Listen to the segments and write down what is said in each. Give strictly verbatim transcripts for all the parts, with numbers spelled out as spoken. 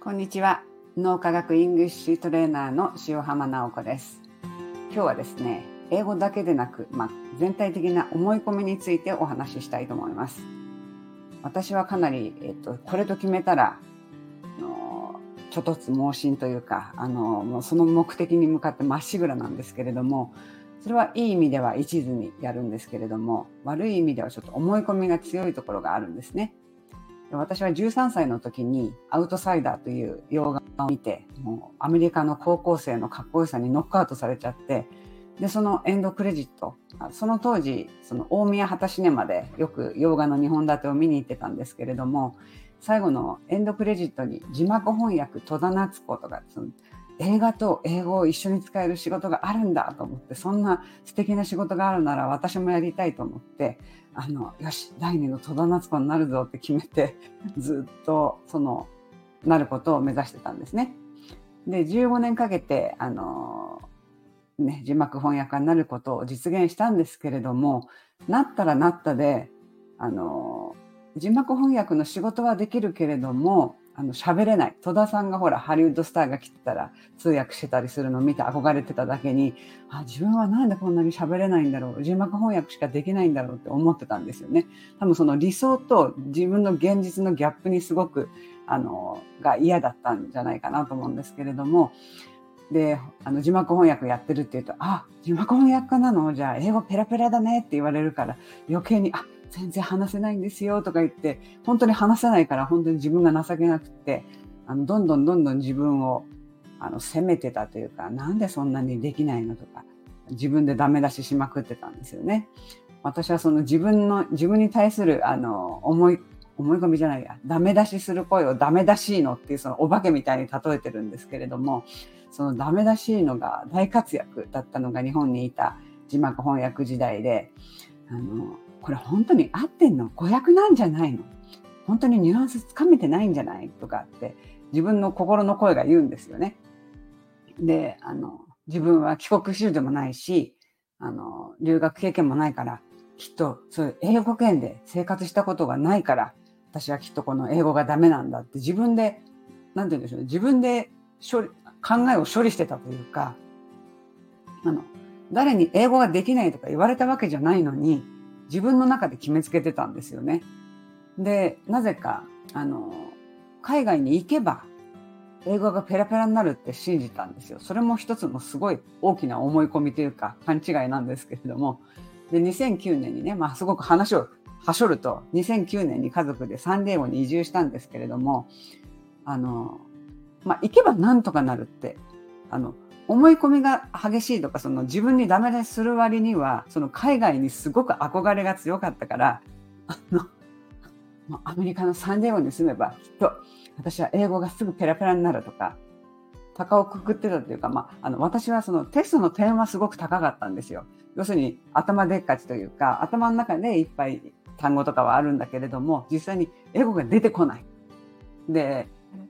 こんにちは。脳科学イングリッシュトレーナーの塩浜直子です。今日はですね、英語だけでなく、まあ、全体的な思い込みについてお話ししたいと思います。私はかなり、えっと、これと決めたら、あのちょっとつ盲信というか、あのもうその目的に向かってまっしぐらなんですけれども、それはいい意味では一途にやるんですけれども、悪い意味ではちょっと思い込みが強いところがあるんですね。私はじゅうさんさいの時にアウトサイダーという洋画を見て、もうアメリカの高校生のかっこよさにノックアウトされちゃって、でそのエンドクレジット、その当時その大宮旗シネマでよく洋画のにほん立てを見に行ってたんですけれども、最後のエンドクレジットに字幕翻訳戸田夏子とか、その映画と英語を一緒に使える仕事があるんだと思って、そんな素敵な仕事があるなら私もやりたいと思って、あのよしだいにの戸田夏子になるぞって決めて、ずっとそのなることを目指してたんですね。でじゅうごねんかけてあの、ね、字幕翻訳家になることを実現したんですけれども、なったらなったで、あの字幕翻訳の仕事はできるけれども、あの喋れない。戸田さんがほらハリウッドスターが来てたら通訳してたりするのを見て憧れてただけに、あ、自分はなんでこんなに喋れないんだろう、字幕翻訳しかできないんだろうって思ってたんですよね。多分その理想と自分の現実のギャップにすごくあのが嫌だったんじゃないかなと思うんですけれども、であの字幕翻訳やってるって言うと、あ、字幕翻訳家なの、じゃあ英語ペラペラだねって言われるから、余計にあ全然話せないんですよとか言って、本当に話せないから本当に自分が情けなくて、あのどんどんどんどん自分をあの責めてたというか、なんでそんなにできないのとか、自分でダメ出ししまくってたんですよね。私はその自分の自分に対するあの思い思い込みじゃないや、ダメ出しする声をダメ出しいのっていう、そのお化けみたいに例えてるんですけれども、そのダメ出しいのが大活躍だったのが日本にいた字幕翻訳時代で、あのこれ本当に合ってんの？誤訳なんじゃないの？本当にニュアンスつかめてないんじゃない？とかって自分の心の声が言うんですよね。で、あの自分は帰国子女でもないし、あの留学経験もないから、きっとそういう英語圏で生活したことがないから、私はきっとこの英語がダメなんだって自分で、なんて言うんでしょうね、自分で処理考えを処理してたというか、あの誰に英語ができないとか言われたわけじゃないのに、自分の中で決めつけてたんですよね。で、なぜかあの海外に行けば英語がペラペラになるって信じたんですよ。それも一つのすごい大きな思い込みというか勘違いなんですけれども、でにせんきゅうねんにね、まあすごく話をはしょると、にせんきゅうねんに家族でサンディエゴに移住したんですけれども、あのまあ行けばなんとかなるって、あの思い込みが激しいとか、その自分にダメ出しする割には、その海外にすごく憧れが強かったから、あのアメリカのサンディエゴに住めばきっと私は英語がすぐペラペラになるとか、高をくくってたというか、まあ、あの私はそのテストの点はすごく高かったんですよ。要するに頭でっかちというか、頭の中でいっぱい単語とかはあるんだけれども、実際に英語が出てこない。で、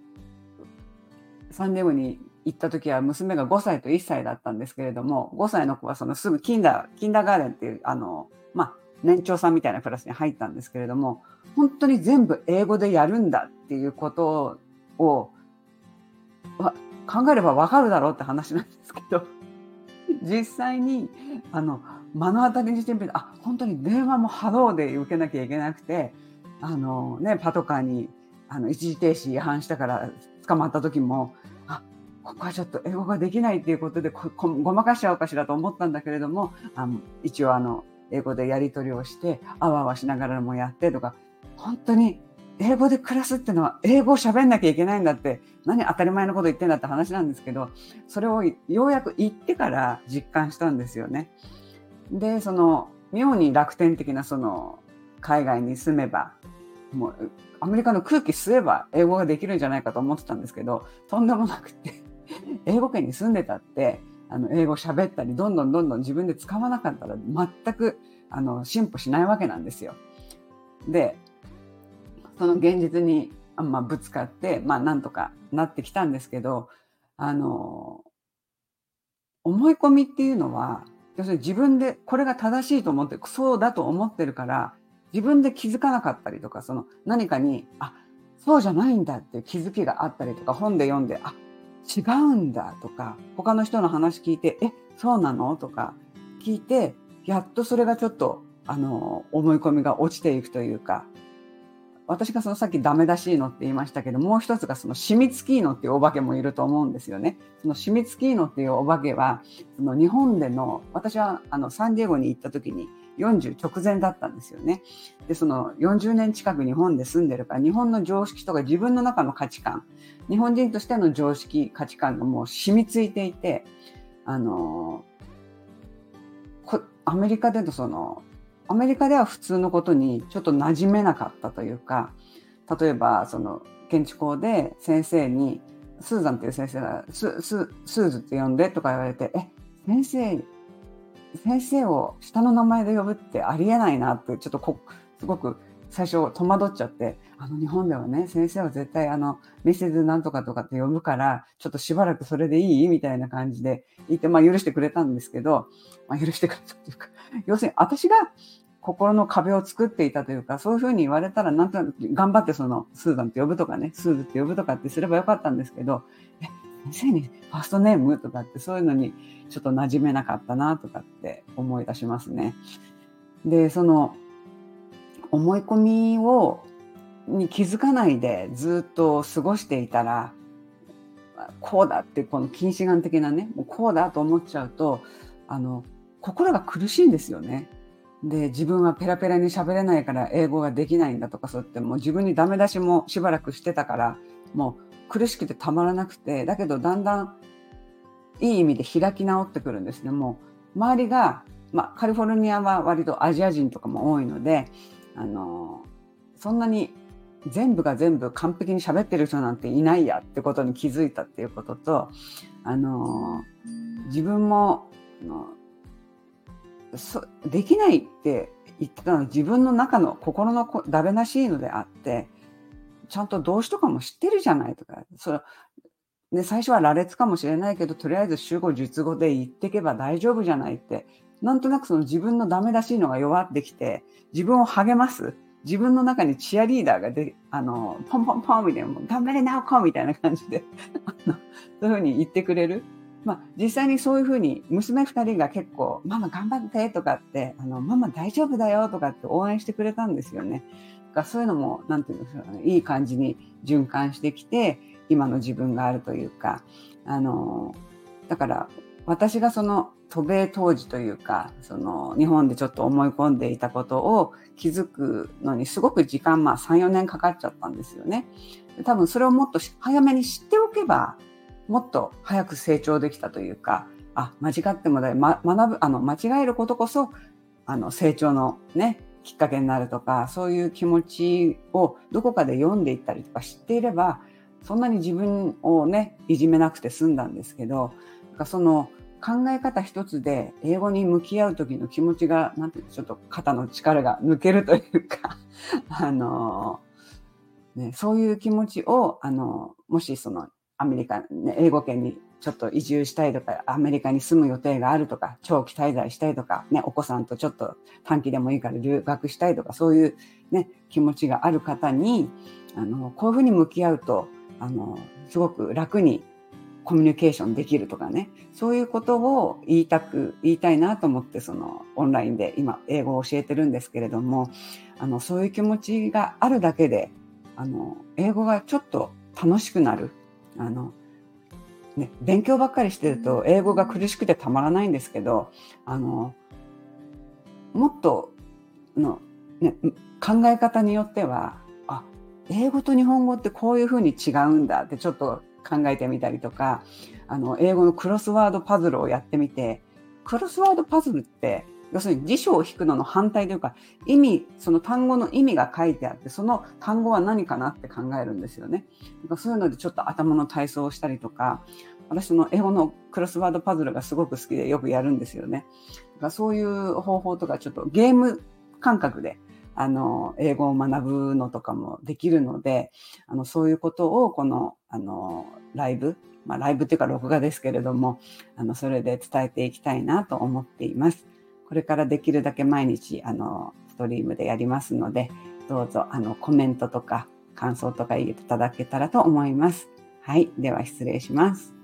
サンディエゴに行った時は娘がごさいといっさいだったんですけれども、ごさいの子はそのすぐキンダー、キンダーガーデンっていう、あの、まあ、年長さんみたいなクラスに入ったんですけれども、本当に全部英語でやるんだっていうことを考えればわかるだろうって話なんですけど、実際にあの目の当たりにしてみると、あ、本当に電話もハローで受けなきゃいけなくて、あのね、パトカーにあの一時停止違反したから捕まった時も、あ、ここはちょっと英語ができないっていうことで ご, ごまかしちゃおうかしらと思ったんだけれども、あの一応あの英語でやり取りをしてあわあわしながらもやってとか、本当に英語で暮らすっていうのは英語を喋んなきゃいけないんだって、何当たり前のこと言ってんだって話なんですけど、それをようやく言ってから実感したんですよね。で、その妙に楽天的な、その海外に住めばもうアメリカの空気吸えば英語ができるんじゃないかと思ってたんですけど、とんでもなくて英語圏に住んでたってあの英語喋ったりどんどんどんどん自分で使わなかったら全くあの進歩しないわけなんですよ。で、その現実に、まあ、ぶつかって、まあ、なんとかなってきたんですけど、あの思い込みっていうのは、要するに自分でこれが正しいと思って、そうだと思ってるから自分で気づかなかったりとか、その何かにあそうじゃないんだっていう気づきがあったりとか、本で読んで、あ、違うんだとか、他の人の話聞いて、え、そうなのとか聞いて、やっとそれがちょっと、あの、思い込みが落ちていくというか、私がそのさっきダメ出しいのって言いましたけど、もう一つがその染みつきいのっていうお化けもいると思うんですよね。その染みつきいのっていうお化けは、その日本での、私はあのサンディエゴに行った時によんじゅう直前だったんですよね。で、そのよんじゅうねん近く日本で住んでるから、日本の常識とか自分の中の価値観、日本人としての常識、価値観がもう染みついていて、あの、こアメリカでのその、アメリカでは普通のことにちょっと馴染めなかったというか、例えばその現地校で先生にスーザンっていう先生がスススーズって呼んでとか言われて、え、先生先生を下の名前で呼ぶってありえないなってちょっとこすごく最初戸惑っちゃって、あの日本ではね、先生は絶対あのミセスなんとかとかって呼ぶからちょっとしばらくそれでいいみたいな感じで言って、まあ許してくれたんですけど、まあ、許してくれたというか、要するに私が心の壁を作っていたというか、そういうふうに言われたらなんとなく頑張ってそのスーザンって呼ぶとかね、スーズって呼ぶとかってすればよかったんですけど、え、先生にファーストネームとかってそういうのにちょっと馴染めなかったなとかって思い出しますね。で、その思い込みをに気づかないでずっと過ごしていたら、こうだってこの近視眼的なね、もうこうだと思っちゃうと、あの心が苦しいんですよね。で、自分はペラペラに喋れないから英語ができないんだとか、そうやってもう自分にダメ出しもしばらくしてたから、もう苦しくてたまらなくて、だけどだんだんいい意味で開き直ってくるんですね。もう周りが、まあ、カリフォルニアは割とアジア人とかも多いので、あのそんなに全部が全部完璧に喋ってる人なんていないやってことに気づいたっていうことと、あの自分もあのそできないって言ってたのは自分の中の心のダメらしいのであって、ちゃんと動詞とかも知ってるじゃないとか、それね、最初は羅列かもしれないけど、とりあえず主語述語で言ってけば大丈夫じゃないって、なんとなくその自分のダメらしいのが弱ってきて、自分を励ます。自分の中にチアリーダーがで、あの、ポンポンポンみたいな、頑張れなおこみたいな感じで、あの、そういうふうに言ってくれる。まあ、実際にそういうふうに、娘二人が結構、ママ頑張ってとかって、あの、ママ大丈夫だよとかって応援してくれたんですよね。だからそういうのも、なんていうんですかね、いい感じに循環してきて、今の自分があるというか、あの、だから私がその渡米当時というか、その日本でちょっと思い込んでいたことを気づくのにすごく時間、まあさん、よねんかかっちゃったんですよね。多分それをもっと早めに知っておけば、もっと早く成長できたというか、あ、間違ってもだい、ま、学ぶ、あの、間違えることこそ、あの、成長のね、きっかけになるとか、そういう気持ちをどこかで読んでいったりとか知っていれば、そんなに自分をね、いじめなくて済んだんですけど、その考え方一つで英語に向き合う時の気持ちが、なんていうの、ちょっと肩の力が抜けるというか、あの、ね、そういう気持ちを、あの、もしそのアメリカ、ね、英語圏にちょっと移住したいとか、アメリカに住む予定があるとか、長期滞在したいとか、ね、お子さんとちょっと短期でもいいから留学したいとか、そういうね、気持ちがある方に、あの、こういうふうに向き合うと、あの、すごく楽にコミュニケーションできるとかね、そういうことを言いたく、言いたいなと思って、そのオンラインで今英語を教えてるんですけれども、あの、そういう気持ちがあるだけで、あの、英語がちょっと楽しくなる。あの、ね、勉強ばっかりしてると英語が苦しくてたまらないんですけど、あの、もっとの、ね、考え方によっては、あ、英語と日本語ってこういうふうに違うんだってちょっと考えてみたりとか、あの、英語のクロスワードパズルをやってみて、クロスワードパズルって、要するに辞書を引くのの反対というか、意味、その単語の意味が書いてあって、その単語は何かなって考えるんですよね。だからそういうのでちょっと頭の体操をしたりとか、私の英語のクロスワードパズルがすごく好きでよくやるんですよね。だからそういう方法とかちょっとゲーム感覚で、あの、英語を学ぶのとかもできるので、あの、そういうことをこの、あの、ライブ、まあ、ライブっていうか録画ですけれども、あの、それで伝えていきたいなと思っています。これからできるだけ毎日、あの、ストリームでやりますので、どうぞ、あの、コメントとか感想とか言っていただけたらと思います。はい。では失礼します。